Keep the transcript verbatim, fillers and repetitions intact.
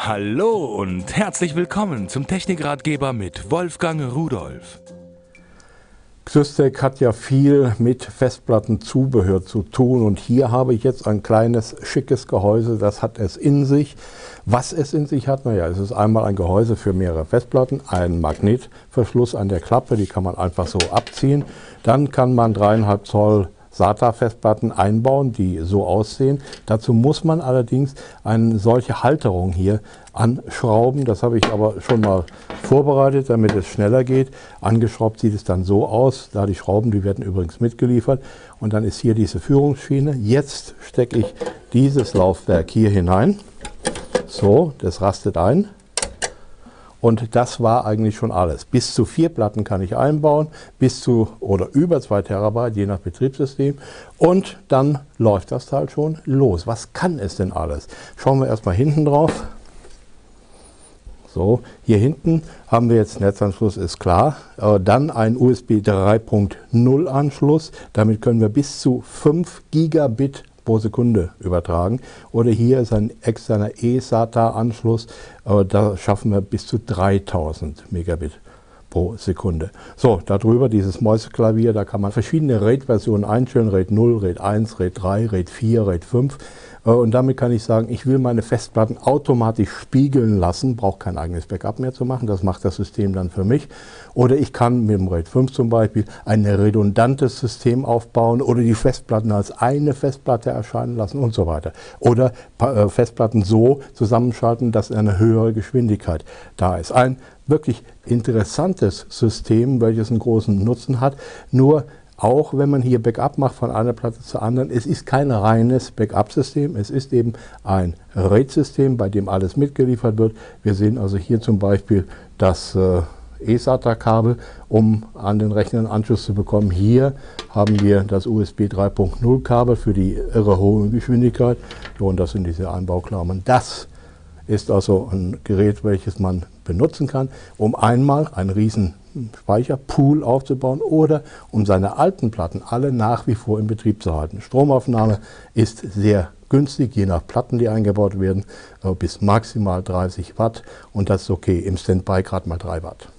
Hallo und herzlich willkommen zum Technikratgeber mit Wolfgang Rudolph. Xystec hat ja viel mit Festplattenzubehör zu tun und hier habe ich jetzt ein kleines schickes Gehäuse, das hat es in sich. Was es in sich hat, naja, es ist einmal ein Gehäuse für mehrere Festplatten, ein Magnetverschluss an der Klappe, die kann man einfach so abziehen. Dann kann man dreieinhalb Zoll SATA-Festplatten einbauen, die so aussehen. Dazu muss man allerdings eine solche Halterung hier anschrauben. Das habe ich aber schon mal vorbereitet, damit es schneller geht. Angeschraubt sieht es dann so aus. Da die Schrauben, die werden übrigens mitgeliefert. Und dann ist hier diese Führungsschiene. Jetzt stecke ich dieses Laufwerk hier hinein. So, das rastet ein. Und das war eigentlich schon alles. Bis zu vier Platten kann ich einbauen, bis zu oder über zwei Terabyte, je nach Betriebssystem. Und dann läuft das Teil schon los. Was kann es denn alles? Schauen wir erstmal hinten drauf. So, hier hinten haben wir jetzt Netzanschluss, ist klar. Äh, dann ein U S B drei Punkt null Anschluss. Damit können wir bis zu fünf Gigabit pro Sekunde übertragen. Oder hier ist ein externer eSATA-Anschluss. Äh, da schaffen wir bis zu dreitausend Megabit pro Sekunde. So, darüber dieses Mäuseklavier, da kann man verschiedene RAID-Versionen einstellen. RAID null, RAID eins, RAID drei, RAID vier, RAID fünf. Und damit kann ich sagen, ich will meine Festplatten automatisch spiegeln lassen, brauche kein eigenes Backup mehr zu machen, das macht das System dann für mich. Oder ich kann mit dem RAID fünf zum Beispiel ein redundantes System aufbauen oder die Festplatten als eine Festplatte erscheinen lassen und so weiter. Oder Festplatten so zusammenschalten, dass eine höhere Geschwindigkeit da ist. Ein wirklich interessantes System, welches einen großen Nutzen hat, nur auch wenn man hier Backup macht von einer Platte zur anderen, es ist kein reines Backup-System, es ist eben ein RAID-System, bei dem alles mitgeliefert wird. Wir sehen also hier zum Beispiel das äh, eSATA-Kabel, um an den Rechner einen Anschluss zu bekommen. Hier haben wir das U S B drei Punkt null Kabel für die irre hohe Geschwindigkeit. Und das sind diese Einbauklammern. Das ist also ein Gerät, welches man benutzen kann, um einmal einen riesen Speicherpool aufzubauen oder um seine alten Platten alle nach wie vor in Betrieb zu halten. Stromaufnahme ist sehr günstig, je nach Platten, die eingebaut werden, bis maximal dreißig Watt und das ist okay, im Standby gerade mal drei Watt.